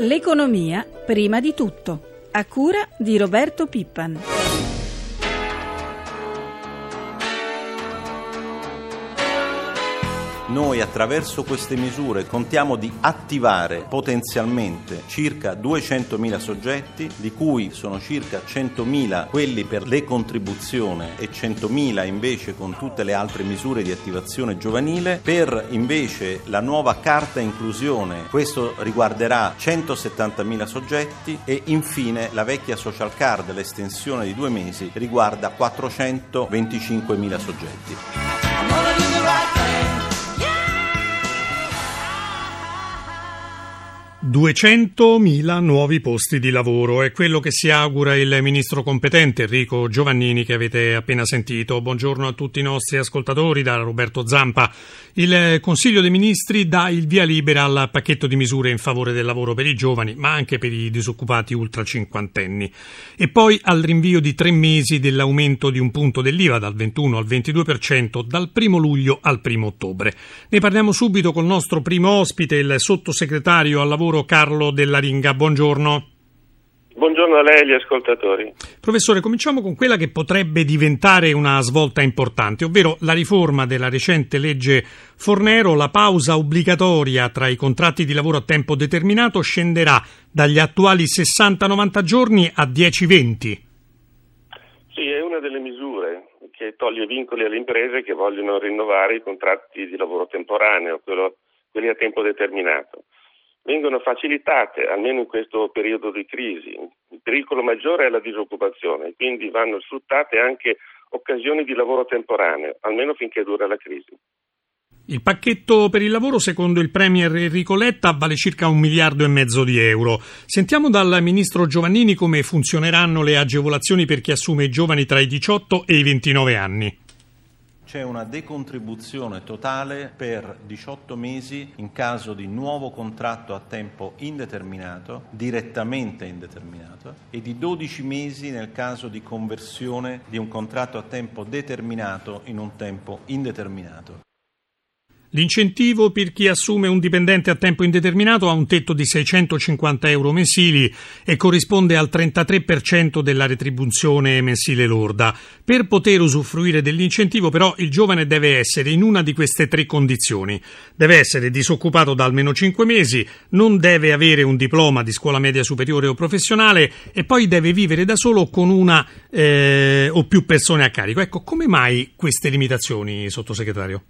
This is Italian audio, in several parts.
L'economia prima di tutto, a cura di Roberto Pippan. Noi attraverso queste misure contiamo di attivare potenzialmente circa 200.000 soggetti, di cui sono circa 100.000 quelli per le contribuzione e 100.000 invece con tutte le altre misure di attivazione giovanile. Per invece la nuova carta inclusione, questo riguarderà 170.000 soggetti, e infine la vecchia social card, l'estensione di 2 mesi, riguarda 425.000 soggetti. 200.000 nuovi posti di lavoro è quello che si augura il ministro competente Enrico Giovannini, che avete appena sentito. Buongiorno a tutti i nostri ascoltatori da Roberto Zampa. Il Consiglio dei Ministri dà il via libera al pacchetto di misure in favore del lavoro per i giovani, ma anche per i disoccupati ultra cinquantenni, e poi al rinvio di 3 mesi dell'aumento di un punto dell'IVA dal 21 al 22% dal 1 luglio al 1 ottobre. Ne parliamo subito col nostro primo ospite, il sottosegretario al lavoro Carlo Dell'Aringa. Buongiorno. Buongiorno a lei e agli ascoltatori. Professore, cominciamo con quella che potrebbe diventare una svolta importante, ovvero la riforma della recente legge Fornero. La pausa obbligatoria tra i contratti di lavoro a tempo determinato scenderà dagli attuali 60-90 giorni a 10-20. Sì, è una delle misure che toglie vincoli alle imprese che vogliono rinnovare i contratti di lavoro temporaneo, quelli a tempo determinato. Vengono facilitate, almeno in questo periodo di crisi. Il pericolo maggiore è la disoccupazione, quindi vanno sfruttate anche occasioni di lavoro temporaneo, almeno finché dura la crisi. Il pacchetto per il lavoro, secondo il Premier Enrico Letta, vale circa 1,5 miliardi di euro. Sentiamo dal ministro Giovannini come funzioneranno le agevolazioni per chi assume i giovani tra i 18 e i 29 anni. C'è una decontribuzione totale per 18 mesi in caso di nuovo contratto a tempo indeterminato, direttamente indeterminato, e di 12 mesi nel caso di conversione di un contratto a tempo determinato in un tempo indeterminato. L'incentivo per chi assume un dipendente a tempo indeterminato ha un tetto di 650 euro mensili e corrisponde al 33% della retribuzione mensile lorda. Per poter usufruire dell'incentivo, però, il giovane deve essere in una di queste 3 condizioni. Deve essere disoccupato da almeno 5 mesi, non deve avere un diploma di scuola media superiore o professionale e poi deve vivere da solo con una o più persone a carico. Ecco, come mai queste limitazioni, sottosegretario?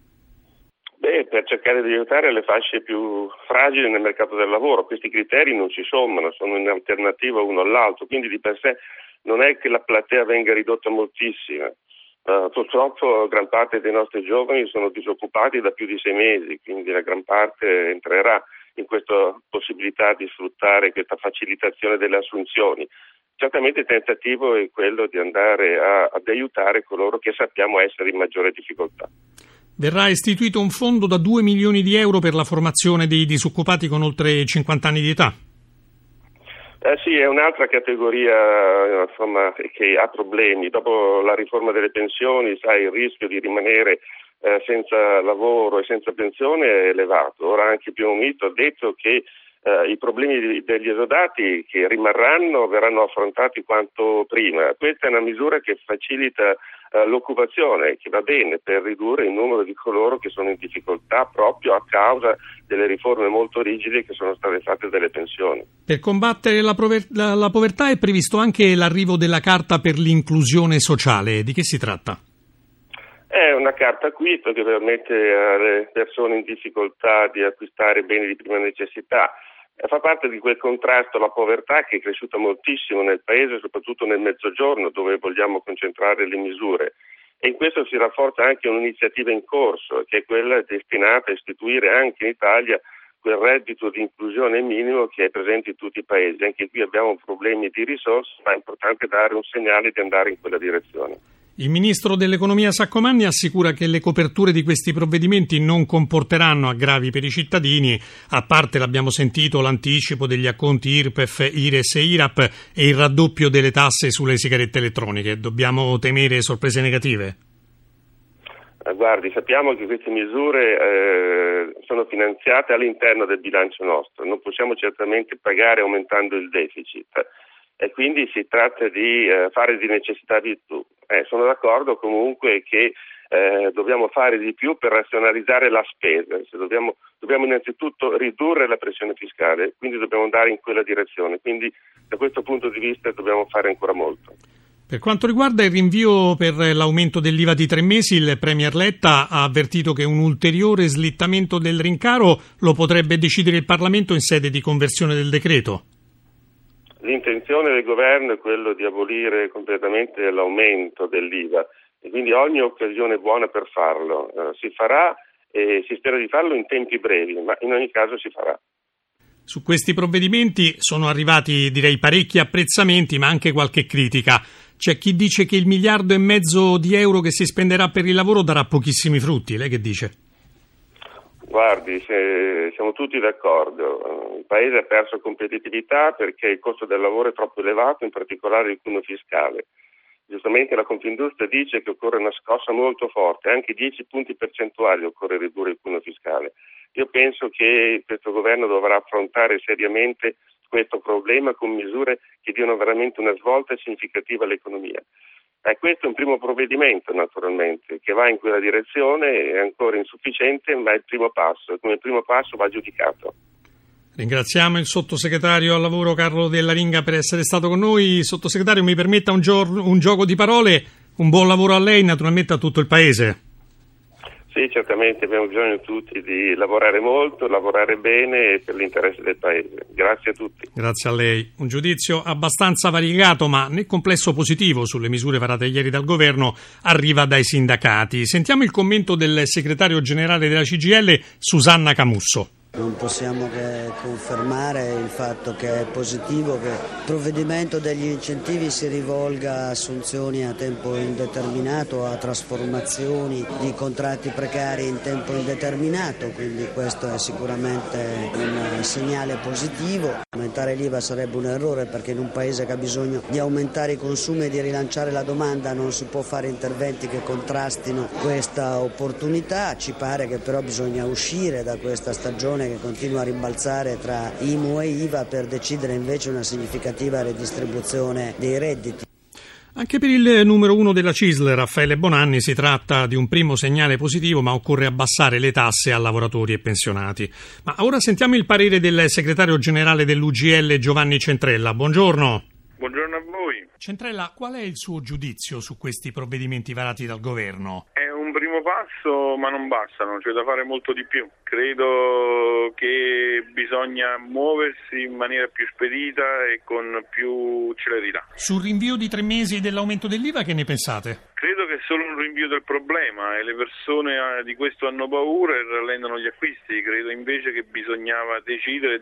Per cercare di aiutare le fasce più fragili nel mercato del lavoro. Questi criteri non si sommano, sono in alternativa uno all'altro, quindi di per sé non è che la platea venga ridotta moltissimo. Purtroppo gran parte dei nostri giovani sono disoccupati da più di 6 mesi, quindi la gran parte entrerà in questa possibilità di sfruttare questa facilitazione delle assunzioni. Certamente il tentativo è quello di andare ad aiutare coloro che sappiamo essere in maggiore difficoltà. Verrà istituito un fondo da 2 milioni di euro per la formazione dei disoccupati con oltre 50 anni di età. Sì, è un'altra categoria che ha problemi. Dopo la riforma delle pensioni, sai, il rischio di rimanere senza lavoro e senza pensione è elevato. Ora anche Pio Mito ha detto che i problemi degli esodati che rimarranno verranno affrontati quanto prima. Questa è una misura che facilita l'occupazione, che va bene per ridurre il numero di coloro che sono in difficoltà proprio a causa delle riforme molto rigide che sono state fatte delle pensioni. Per combattere la povertà è previsto anche l'arrivo della carta per l'inclusione sociale. Di che si tratta? È una carta acquisto che permette alle persone in difficoltà di acquistare beni di prima necessità. Fa parte di quel contrasto alla povertà che è cresciuta moltissimo nel paese, soprattutto nel mezzogiorno, dove vogliamo concentrare le misure. E in questo si rafforza anche un'iniziativa in corso, che è quella destinata a istituire anche in Italia quel reddito di inclusione minimo che è presente in tutti i paesi. Anche qui abbiamo problemi di risorse, ma è importante dare un segnale di andare in quella direzione. Il ministro dell'economia Saccomanni assicura che le coperture di questi provvedimenti non comporteranno aggravi per i cittadini, a parte, l'abbiamo sentito, l'anticipo degli acconti IRPEF, IRES e IRAP e il raddoppio delle tasse sulle sigarette elettroniche. Dobbiamo temere sorprese negative? Guardi, sappiamo che queste misure sono finanziate all'interno del bilancio nostro, non possiamo certamente pagare aumentando il deficit e quindi si tratta di fare di necessità virtù. Sono d'accordo comunque che dobbiamo fare di più per razionalizzare la spesa, dobbiamo innanzitutto ridurre la pressione fiscale, quindi dobbiamo andare in quella direzione, quindi da questo punto di vista dobbiamo fare ancora molto. Per quanto riguarda il rinvio per l'aumento dell'IVA di 3 mesi, il Premier Letta ha avvertito che un ulteriore slittamento del rincaro lo potrebbe decidere il Parlamento in sede di conversione del decreto. L'intenzione del governo è quello di abolire completamente l'aumento dell'IVA e quindi ogni occasione è buona per farlo. Si farà e si spera di farlo in tempi brevi, ma in ogni caso si farà. Su questi provvedimenti sono arrivati, direi, parecchi apprezzamenti, ma anche qualche critica. C'è chi dice che il 1,5 miliardi di euro che si spenderà per il lavoro darà pochissimi frutti. Lei che dice? Guardi, siamo tutti d'accordo. Il Paese ha perso competitività perché il costo del lavoro è troppo elevato, in particolare il cuneo fiscale. Giustamente la Confindustria dice che occorre una scossa molto forte, anche 10 punti percentuali occorre ridurre il cuneo fiscale. Io penso che questo governo dovrà affrontare seriamente questo problema con misure che diano veramente una svolta significativa all'economia. Questo è un primo provvedimento, naturalmente, che va in quella direzione, è ancora insufficiente, ma è il primo passo e come primo passo va giudicato. Ringraziamo il sottosegretario al lavoro Carlo Della Ringa per essere stato con noi. Sottosegretario, mi permetta un gioco di parole, un buon lavoro a lei, naturalmente a tutto il Paese. Sì, certamente abbiamo bisogno tutti di lavorare molto, lavorare bene e per l'interesse del Paese. Grazie a tutti. Grazie a lei. Un giudizio abbastanza variegato, ma nel complesso positivo sulle misure varate ieri dal governo arriva dai sindacati. Sentiamo il commento del segretario generale della CGIL, Susanna Camusso. Non possiamo che confermare il fatto che è positivo che il provvedimento degli incentivi si rivolga a assunzioni a tempo indeterminato, a trasformazioni di contratti precari in tempo indeterminato, quindi questo è sicuramente un segnale positivo. Aumentare l'IVA sarebbe un errore perché in un paese che ha bisogno di aumentare i consumi e di rilanciare la domanda non si può fare interventi che contrastino questa opportunità. Ci pare che però bisogna uscire da questa stagione che continua a rimbalzare tra IMU e IVA per decidere invece una significativa redistribuzione dei redditi. Anche per il numero 1 della CISL, Raffaele Bonanni, si tratta di un primo segnale positivo, ma occorre abbassare le tasse a lavoratori e pensionati. Ma ora sentiamo il parere del segretario generale dell'UGL, Giovanni Centrella. Buongiorno. Buongiorno a voi. Centrella, qual è il suo giudizio su questi provvedimenti varati dal governo? È un primo passo, ma non bastano, c'è da fare molto di più. Credo che bisogna muoversi in maniera più spedita e con più celerità. Sul rinvio di 3 mesi dell'aumento dell'IVA, che ne pensate? Credo che è solo un rinvio del problema e le persone di questo hanno paura e rallentano gli acquisti. Credo invece che bisognava decidere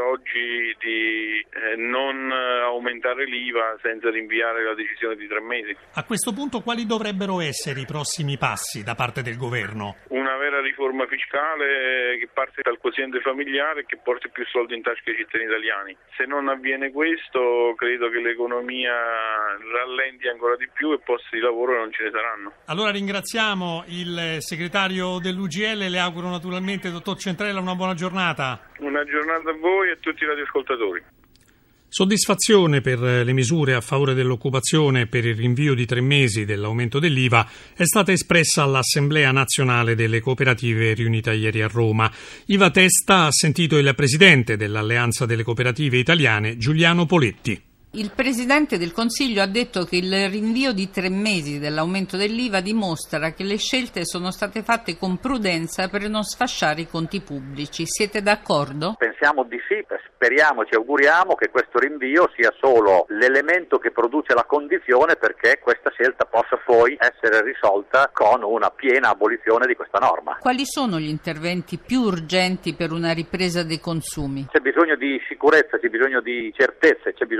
oggi di non aumentare l'IVA senza rinviare la decisione di 3 mesi. A questo punto quali dovrebbero essere i prossimi passi da parte del governo? Una vera riforma fiscale che parte dal quoziente familiare e che porti più soldi in tasca ai cittadini italiani. Se non avviene questo, credo che l'economia rallenti ancora di più e posti di lavoro non ce ne saranno. Allora ringraziamo il segretario dell'UGL, le auguro naturalmente, dottor Centrella, una buona giornata. Una giornata a voi e a tutti i radioascoltatori. Soddisfazione per le misure a favore dell'occupazione e per il rinvio di 3 mesi dell'aumento dell'IVA è stata espressa all'Assemblea Nazionale delle Cooperative riunita ieri a Roma. Iva Testa ha sentito il presidente dell'Alleanza delle Cooperative Italiane, Giuliano Poletti. Il Presidente del Consiglio ha detto che il rinvio di 3 mesi dell'aumento dell'IVA dimostra che le scelte sono state fatte con prudenza per non sfasciare i conti pubblici. Siete d'accordo? Pensiamo di sì, speriamo, ci auguriamo che questo rinvio sia solo l'elemento che produce la condizione perché questa scelta possa poi essere risolta con una piena abolizione di questa norma. Quali sono gli interventi più urgenti per una ripresa dei consumi? C'è bisogno di sicurezza, c'è bisogno di certezze, c'è bisogno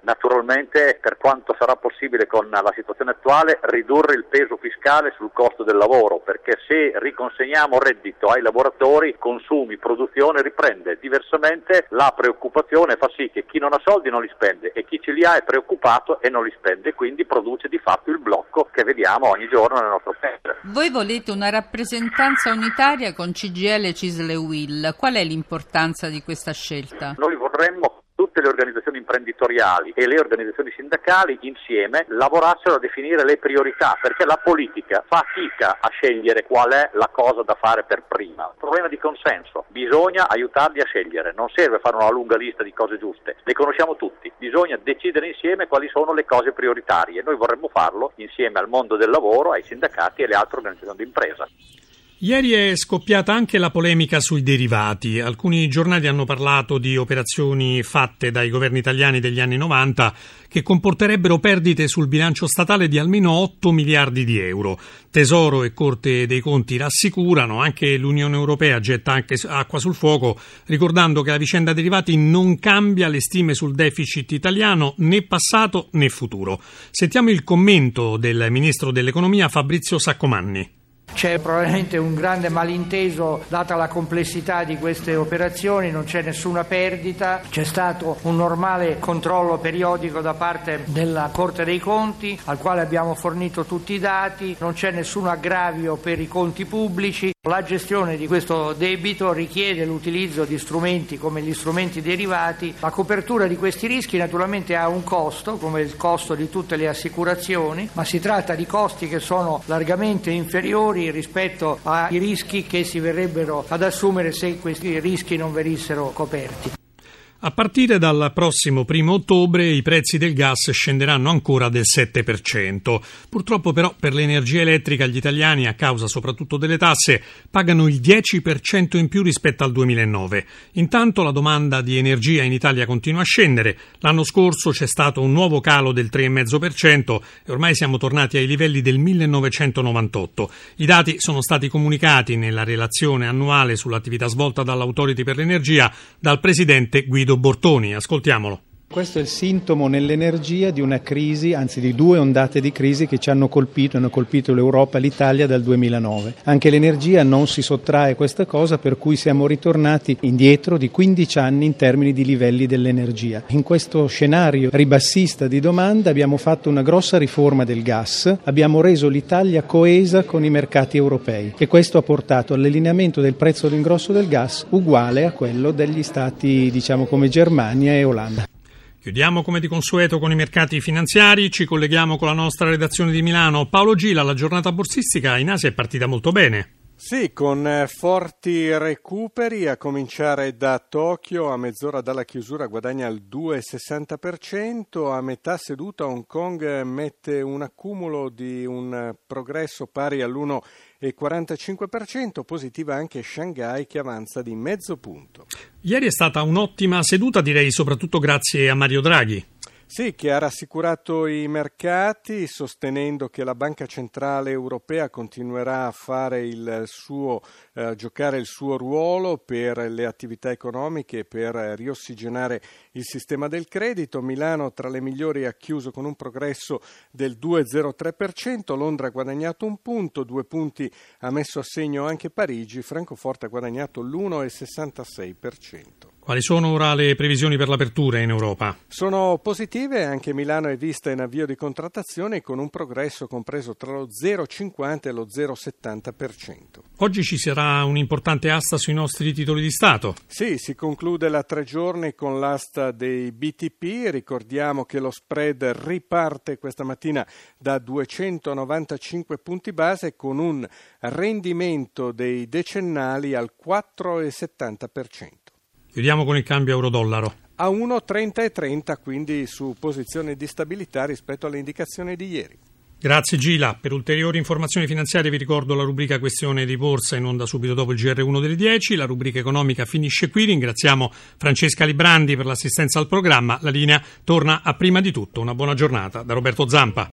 Naturalmente, per quanto sarà possibile con la situazione attuale, ridurre il peso fiscale sul costo del lavoro, perché se riconsegniamo reddito ai lavoratori, consumi, produzione riprende. Diversamente la preoccupazione fa sì che chi non ha soldi non li spende e chi ce li ha è preoccupato e non li spende, quindi produce di fatto il blocco che vediamo ogni giorno nel nostro paese. Voi volete una rappresentanza unitaria con CGIL, CISL e UIL. Qual è l'importanza di questa scelta? Noi vorremmo tutte le organizzazioni imprenditoriali e le organizzazioni sindacali insieme lavorassero a definire le priorità, perché la politica fatica a scegliere qual è la cosa da fare per prima. Problema di consenso, bisogna aiutarli a scegliere, non serve fare una lunga lista di cose giuste, le conosciamo tutti, bisogna decidere insieme quali sono le cose prioritarie. Noi vorremmo farlo insieme al mondo del lavoro, ai sindacati e alle altre organizzazioni di impresa. Ieri è scoppiata anche la polemica sui derivati. Alcuni giornali hanno parlato di operazioni fatte dai governi italiani degli anni 90 che comporterebbero perdite sul bilancio statale di almeno 8 miliardi di euro. Tesoro e Corte dei Conti rassicurano, anche l'Unione Europea getta anche acqua sul fuoco, ricordando che la vicenda derivati non cambia le stime sul deficit italiano né passato né futuro. Sentiamo il commento del Ministro dell'Economia Fabrizio Saccomanni. C'è probabilmente un grande malinteso data la complessità di queste operazioni, non c'è nessuna perdita, c'è stato un normale controllo periodico da parte della Corte dei Conti al quale abbiamo fornito tutti i dati, non c'è nessun aggravio per i conti pubblici. La gestione di questo debito richiede l'utilizzo di strumenti come gli strumenti derivati. La copertura di questi rischi naturalmente ha un costo, come il costo di tutte le assicurazioni, ma si tratta di costi che sono largamente inferiori rispetto ai rischi che si verrebbero ad assumere se questi rischi non venissero coperti. A partire dal prossimo 1 ottobre i prezzi del gas scenderanno ancora del 7%. Purtroppo però per l'energia elettrica gli italiani, a causa soprattutto delle tasse, pagano il 10% in più rispetto al 2009. Intanto la domanda di energia in Italia continua a scendere. L'anno scorso c'è stato un nuovo calo del 3,5% e ormai siamo tornati ai livelli del 1998. I dati sono stati comunicati nella relazione annuale sull'attività svolta dall'Authority per l'Energia dal presidente Guido Bortoni. Ascoltiamolo. Questo è il sintomo nell'energia di una crisi, anzi di due ondate di crisi che ci hanno colpito l'Europa e l'Italia dal 2009. Anche l'energia non si sottrae a questa cosa, per cui siamo ritornati indietro di 15 anni in termini di livelli dell'energia. In questo scenario ribassista di domanda abbiamo fatto una grossa riforma del gas, abbiamo reso l'Italia coesa con i mercati europei e questo ha portato all'allineamento del prezzo all'ingrosso del gas uguale a quello degli stati, come Germania e Olanda. Chiudiamo come di consueto con i mercati finanziari, ci colleghiamo con la nostra redazione di Milano. Paolo Gila, la giornata borsistica in Asia è partita molto bene. Sì, con forti recuperi, a cominciare da Tokyo, a mezz'ora dalla chiusura guadagna il 2,60%, a metà seduta Hong Kong mette un accumulo di un progresso pari all'1,45%, positiva anche Shanghai che avanza di mezzo punto. Ieri è stata un'ottima seduta, direi soprattutto grazie a Mario Draghi. Sì, che ha rassicurato i mercati sostenendo che la Banca Centrale Europea continuerà a fare giocare il suo ruolo per le attività economiche, per riossiggenare il sistema del credito. Milano tra le migliori ha chiuso con un progresso del 2,03%, Londra ha guadagnato un punto, 2 punti ha messo a segno anche Parigi, Francoforte ha guadagnato l'1,66%. Quali sono ora le previsioni per l'apertura in Europa? Sono positive, anche Milano è vista in avvio di contrattazione con un progresso compreso tra lo 0,50 e lo 0,70%. Oggi ci sarà un'importante asta sui nostri titoli di Stato. Sì, si conclude la 3 giorni con l'asta dei BTP, ricordiamo che lo spread riparte questa mattina da 295 punti base con un rendimento dei decennali al 4,70%. Chiudiamo con il cambio euro-dollaro. A 1,30,30, quindi su posizione di stabilità rispetto alle indicazioni di ieri. Grazie Gila. Per ulteriori informazioni finanziarie vi ricordo la rubrica Questione di Borsa in onda subito dopo il GR1 delle 10. La rubrica economica finisce qui. Ringraziamo Francesca Librandi per l'assistenza al programma. La linea torna a Prima di Tutto. Una buona giornata da Roberto Zampa.